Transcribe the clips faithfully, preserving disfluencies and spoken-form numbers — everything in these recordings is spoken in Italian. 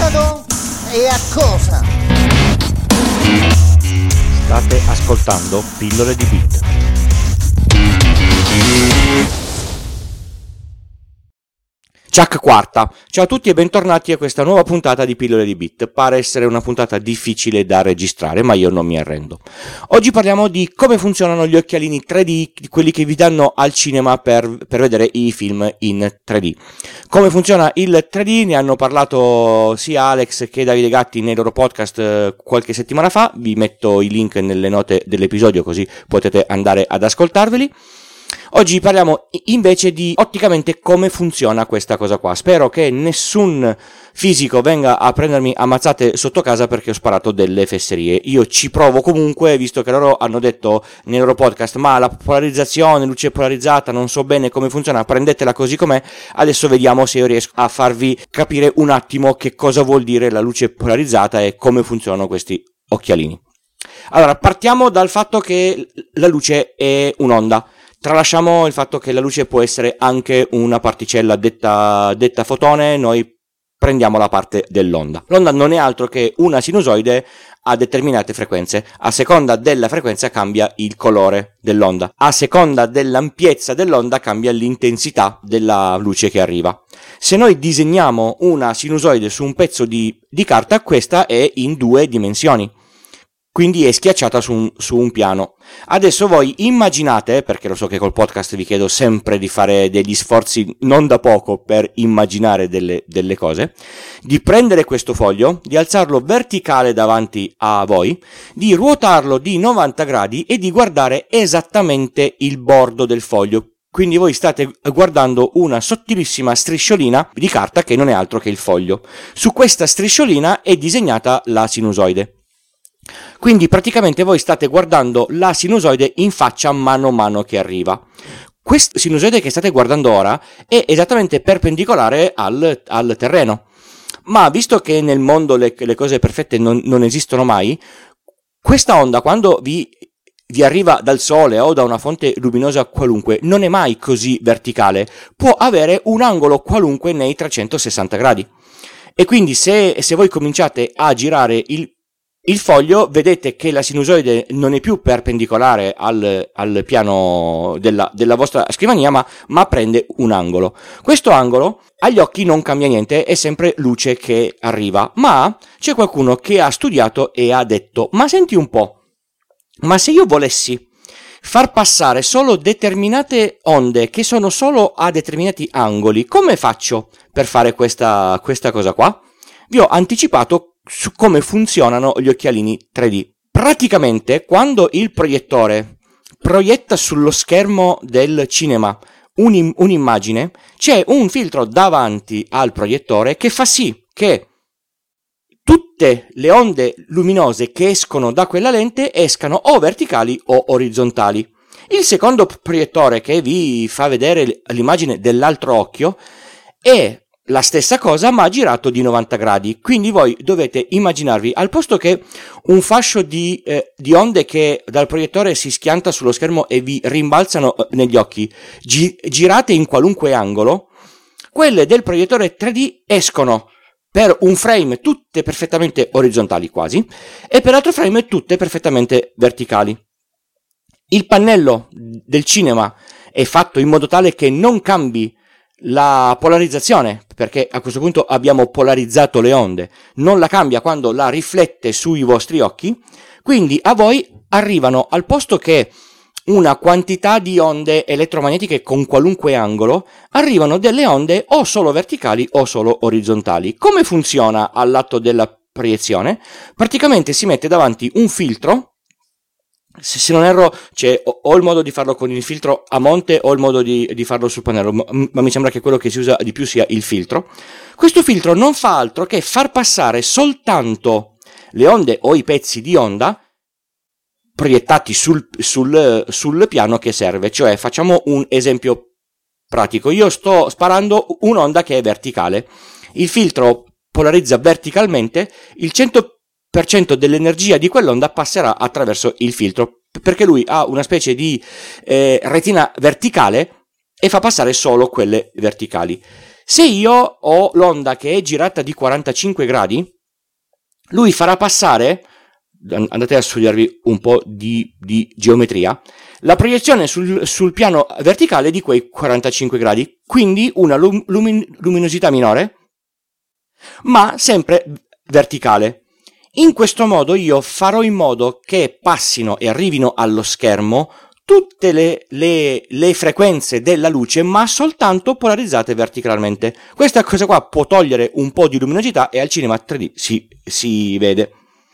modo e a cosa? State ascoltando Pillole di Beat. Chuck Quarta. Ciao a tutti e bentornati a questa nuova puntata di Pillole di Beat. Pare essere una puntata difficile da registrare, ma io non mi arrendo. Oggi parliamo di come funzionano gli occhialini tre D, quelli che vi danno al cinema per, per vedere i film in tre D. Come funziona il tre D ne hanno parlato sia Alex che Davide Gatti nei loro podcast qualche settimana fa. Vi metto i link nelle note dell'episodio così potete andare ad ascoltarveli. Oggi parliamo invece di otticamente come funziona questa cosa qua. Spero che nessun fisico venga a prendermi ammazzate sotto casa perché ho sparato delle fesserie. Io ci provo comunque, visto che loro hanno detto nei loro podcast ma la polarizzazione, luce polarizzata, non so bene come funziona, prendetela così com'è. Adesso vediamo se io riesco a farvi capire un attimo che cosa vuol dire la luce polarizzata e come funzionano questi occhialini. Allora, partiamo dal fatto che la luce è un'onda. Tralasciamo il fatto che la luce può essere anche una particella detta, detta fotone, noi prendiamo la parte dell'onda. L'onda non è altro che una sinusoide a determinate frequenze. A seconda della frequenza cambia il colore dell'onda. A seconda dell'ampiezza dell'onda cambia l'intensità della luce che arriva. Se noi disegniamo una sinusoide su un pezzo di, di carta, questa è in due dimensioni. Quindi è schiacciata su un, su un piano. Adesso voi immaginate, perché lo so che col podcast vi chiedo sempre di fare degli sforzi non da poco per immaginare delle, delle cose, di prendere questo foglio, di alzarlo verticale davanti a voi, di ruotarlo di novanta gradi e di guardare esattamente il bordo del foglio. Quindi voi state guardando una sottilissima strisciolina di carta che non è altro che il foglio. Su questa strisciolina è disegnata la sinusoide. Quindi praticamente voi state guardando la sinusoide in faccia mano a mano che arriva. Questa sinusoide che state guardando ora è esattamente perpendicolare al, al terreno. Ma visto che nel mondo le, le cose perfette non, non esistono mai, questa onda quando vi, vi arriva dal sole o da una fonte luminosa qualunque non è mai così verticale. Può avere un angolo qualunque nei trecentosessanta gradi. E quindi se, se voi cominciate a girare il Il foglio, vedete che la sinusoide non è più perpendicolare al, al piano della, della vostra scrivania, ma, ma prende un angolo. Questo angolo agli occhi non cambia niente, è sempre luce che arriva, ma c'è qualcuno che ha studiato e ha detto: ma senti un po', ma se io volessi far passare solo determinate onde che sono solo a determinati angoli, come faccio per fare questa, questa cosa qua? Vi ho anticipato su come funzionano gli occhialini tre D. Praticamente, quando il proiettore proietta sullo schermo del cinema un, un'immagine, c'è un filtro davanti al proiettore che fa sì che tutte le onde luminose che escono da quella lente escano o verticali o orizzontali. Il secondo proiettore, che vi fa vedere l'immagine dell'altro occhio, è la stessa cosa ma girato di novanta gradi, quindi voi dovete immaginarvi, al posto che un fascio di, eh, di onde che dal proiettore si schianta sullo schermo e vi rimbalzano negli occhi, gi- girate in qualunque angolo, quelle del proiettore tre D escono per un frame tutte perfettamente orizzontali quasi, e per l'altro frame tutte perfettamente verticali. Il pannello del cinema è fatto in modo tale che non cambi la polarizzazione, perché a questo punto abbiamo polarizzato le onde, non la cambia quando la riflette sui vostri occhi, quindi a voi arrivano, al posto che una quantità di onde elettromagnetiche con qualunque angolo, arrivano delle onde o solo verticali o solo orizzontali. Come funziona all'atto della proiezione? Praticamente si mette davanti un filtro. Se, se non erro, c'è o, o il modo di farlo con il filtro a monte o il modo di, di farlo sul pannello, ma, ma mi sembra che quello che si usa di più sia il filtro. Questo filtro non fa altro che far passare soltanto le onde o i pezzi di onda proiettati sul, sul, sul piano che serve. Cioè, facciamo un esempio pratico. Io sto sparando un'onda che è verticale. Il filtro polarizza verticalmente, il cento per cento dell'energia di quell'onda passerà attraverso il filtro, perché lui ha una specie di eh, retina verticale e fa passare solo quelle verticali. Se io ho l'onda che è girata di quarantacinque gradi, lui farà passare, andate a studiarvi un po' di, di geometria, la proiezione sul, sul piano verticale di quei quarantacinque gradi, quindi una lum, lumin, luminosità minore, ma sempre verticale. In questo modo io farò in modo che passino e arrivino allo schermo tutte le, le, le frequenze della luce, ma soltanto polarizzate verticalmente. Questa cosa qua può togliere un po' di luminosità e al cinema tre D si, si vede.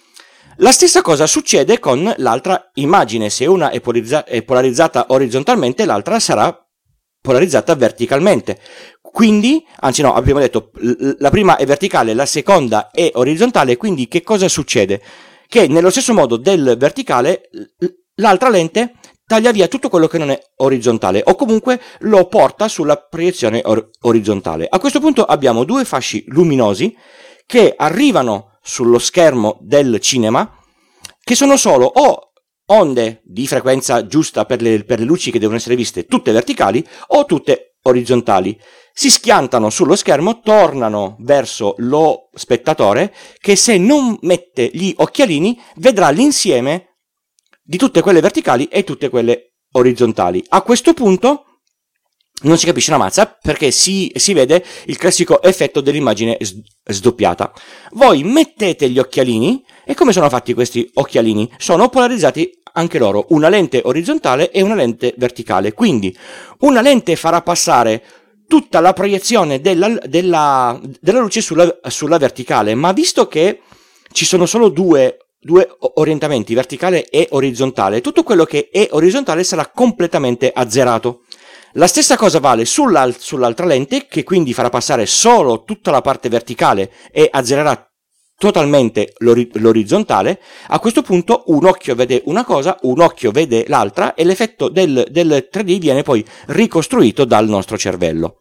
La stessa cosa succede con l'altra immagine. Se una è, polarizza- è polarizzata orizzontalmente, l'altra sarà polarizzata verticalmente. Quindi, anzi no, abbiamo detto, la prima è verticale, la seconda è orizzontale, quindi che cosa succede? Che nello stesso modo del verticale, l'altra lente taglia via tutto quello che non è orizzontale, o comunque lo porta sulla proiezione or- orizzontale. A questo punto abbiamo due fasci luminosi che arrivano sullo schermo del cinema, che sono solo o onde di frequenza giusta per le, per le luci che devono essere viste tutte verticali o tutte orizzontali. Si schiantano sullo schermo, tornano verso lo spettatore che, se non mette gli occhialini, vedrà l'insieme di tutte quelle verticali e tutte quelle orizzontali. A questo punto non si capisce una mazza, perché si, si vede il classico effetto dell'immagine sdoppiata. Voi mettete gli occhialini, e come sono fatti questi occhialini? Sono polarizzati anche loro, una lente orizzontale e una lente verticale. Quindi una lente farà passare tutta la proiezione della, della, della luce sulla, sulla verticale, ma visto che ci sono solo due due orientamenti, verticale e orizzontale, tutto quello che è orizzontale sarà completamente azzerato. La stessa cosa vale sulla, sull'altra lente, che quindi farà passare solo tutta la parte verticale e azzererà totalmente l'ori- l'orizzontale. A questo punto un occhio vede una cosa, un occhio vede l'altra, e l'effetto del, del tre D viene poi ricostruito dal nostro cervello.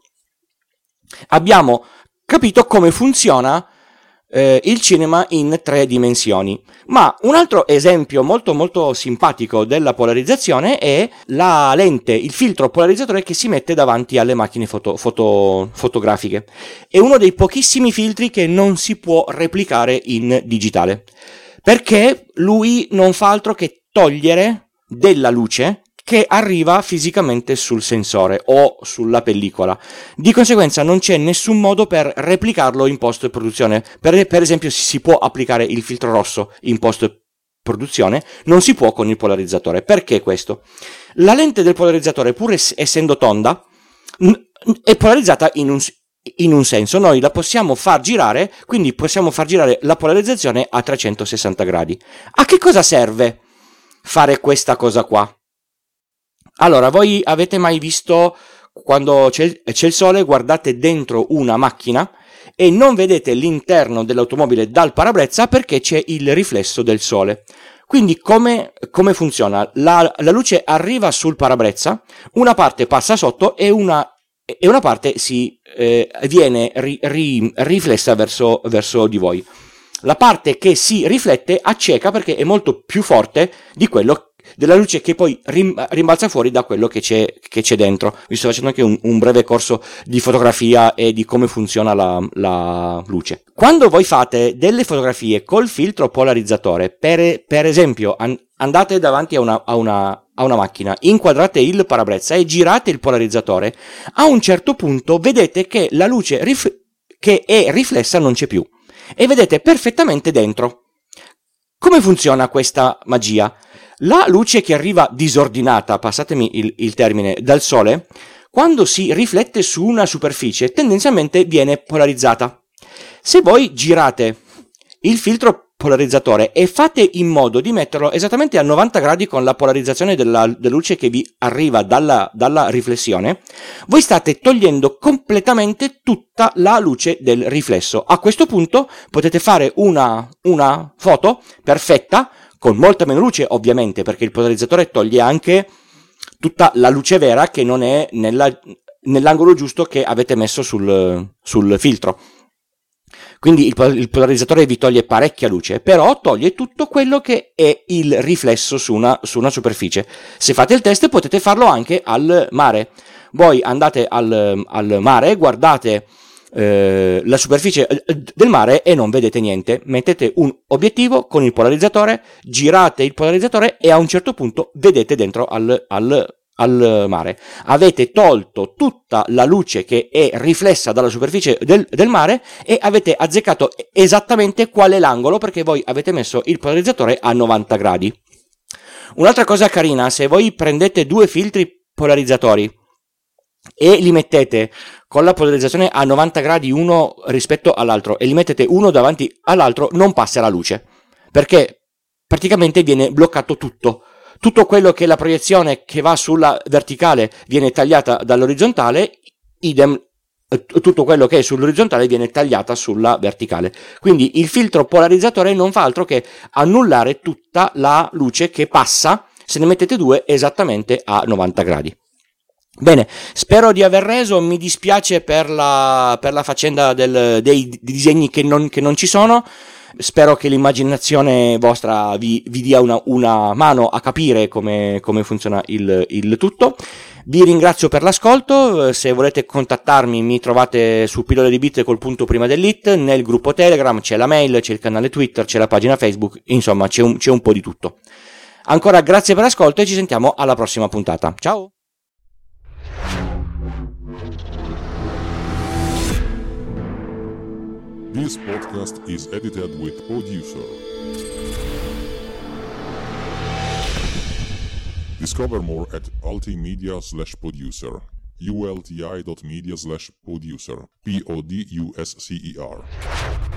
Abbiamo capito come funziona Eh, il cinema in tre dimensioni. Ma un altro esempio molto molto simpatico della polarizzazione è la lente, il filtro polarizzatore che si mette davanti alle macchine foto, foto, fotografiche. È uno dei pochissimi filtri che non si può replicare in digitale, perché lui non fa altro che togliere della luce che arriva fisicamente sul sensore o sulla pellicola. Di conseguenza non c'è nessun modo per replicarlo in post-produzione. Per, per esempio si può applicare il filtro rosso in post-produzione, non si può con il polarizzatore. Perché questo? La lente del polarizzatore, pur ess- essendo tonda, è polarizzata in un, in un senso. Noi la possiamo far girare, quindi possiamo far girare la polarizzazione a trecentosessanta gradi. A che cosa serve fare questa cosa qua? Allora, voi avete mai visto, quando c'è, c'è il sole, guardate dentro una macchina e non vedete l'interno dell'automobile dal parabrezza perché c'è il riflesso del sole. Quindi come, come funziona? La, la luce arriva sul parabrezza, una parte passa sotto e una, e una parte si eh, viene ri, ri, riflessa verso, verso di voi. La parte che si riflette acceca perché è molto più forte di quello della luce che poi rim- rimbalza fuori da quello che c'è, che c'è dentro. Vi sto facendo anche un, un breve corso di fotografia e di come funziona la, la luce. Quando voi fate delle fotografie col filtro polarizzatore, per, per esempio an- andate davanti a una, a, una, a una macchina, inquadrate il parabrezza e girate il polarizzatore, a un certo punto vedete che la luce rif- che è riflessa non c'è più e vedete perfettamente dentro. Come funziona questa magia? La luce che arriva disordinata, passatemi il, il termine, dal sole, quando si riflette su una superficie tendenzialmente viene polarizzata. Se voi girate il filtro polarizzatore e fate in modo di metterlo esattamente a novanta gradi con la polarizzazione della, della luce che vi arriva dalla, dalla riflessione, voi state togliendo completamente tutta la luce del riflesso. A questo punto potete fare una, una foto perfetta, con molta meno luce ovviamente, perché il polarizzatore toglie anche tutta la luce vera che non è nella, nell'angolo giusto che avete messo sul, sul filtro. Quindi il, il polarizzatore vi toglie parecchia luce, però toglie tutto quello che è il riflesso su una, su una superficie. Se fate il test potete farlo anche al mare. voi andate al, al mare, guardate eh, la superficie del mare e non vedete niente, mettete un obiettivo con il polarizzatore, girate il polarizzatore e a un certo punto vedete dentro al, al, al mare. Avete tolto tutta la luce che è riflessa dalla superficie del, del mare e avete azzeccato esattamente qual è l'angolo, perché voi avete messo il polarizzatore a novanta gradi. Un'altra cosa carina, se voi prendete due filtri polarizzatori e li mettete con la polarizzazione a novanta gradi uno rispetto all'altro e li mettete uno davanti all'altro, non passa la luce, perché praticamente viene bloccato tutto. Tutto quello che è la proiezione che va sulla verticale viene tagliata dall'orizzontale, idem tutto quello che è sull'orizzontale viene tagliata sulla verticale. Quindi il filtro polarizzatore non fa altro che annullare tutta la luce che passa se ne mettete due esattamente a novanta gradi. Bene, spero di aver reso, mi dispiace per la, per la faccenda del, dei disegni che non, che non ci sono. Spero che l'immaginazione vostra vi, vi dia una, una mano a capire come, come funziona il, il tutto. Vi ringrazio per l'ascolto. Se volete contattarmi mi trovate su Pillole di Bit col punto prima dell'it, nel gruppo Telegram, c'è la mail, c'è il canale Twitter, c'è la pagina Facebook, insomma c'è un, c'è un po' di tutto. Ancora grazie per l'ascolto e ci sentiamo alla prossima puntata. Ciao! This podcast is edited with Producer. Discover more at ultimedia slash producer. ulti dot media slash producer. P O D U S C E R.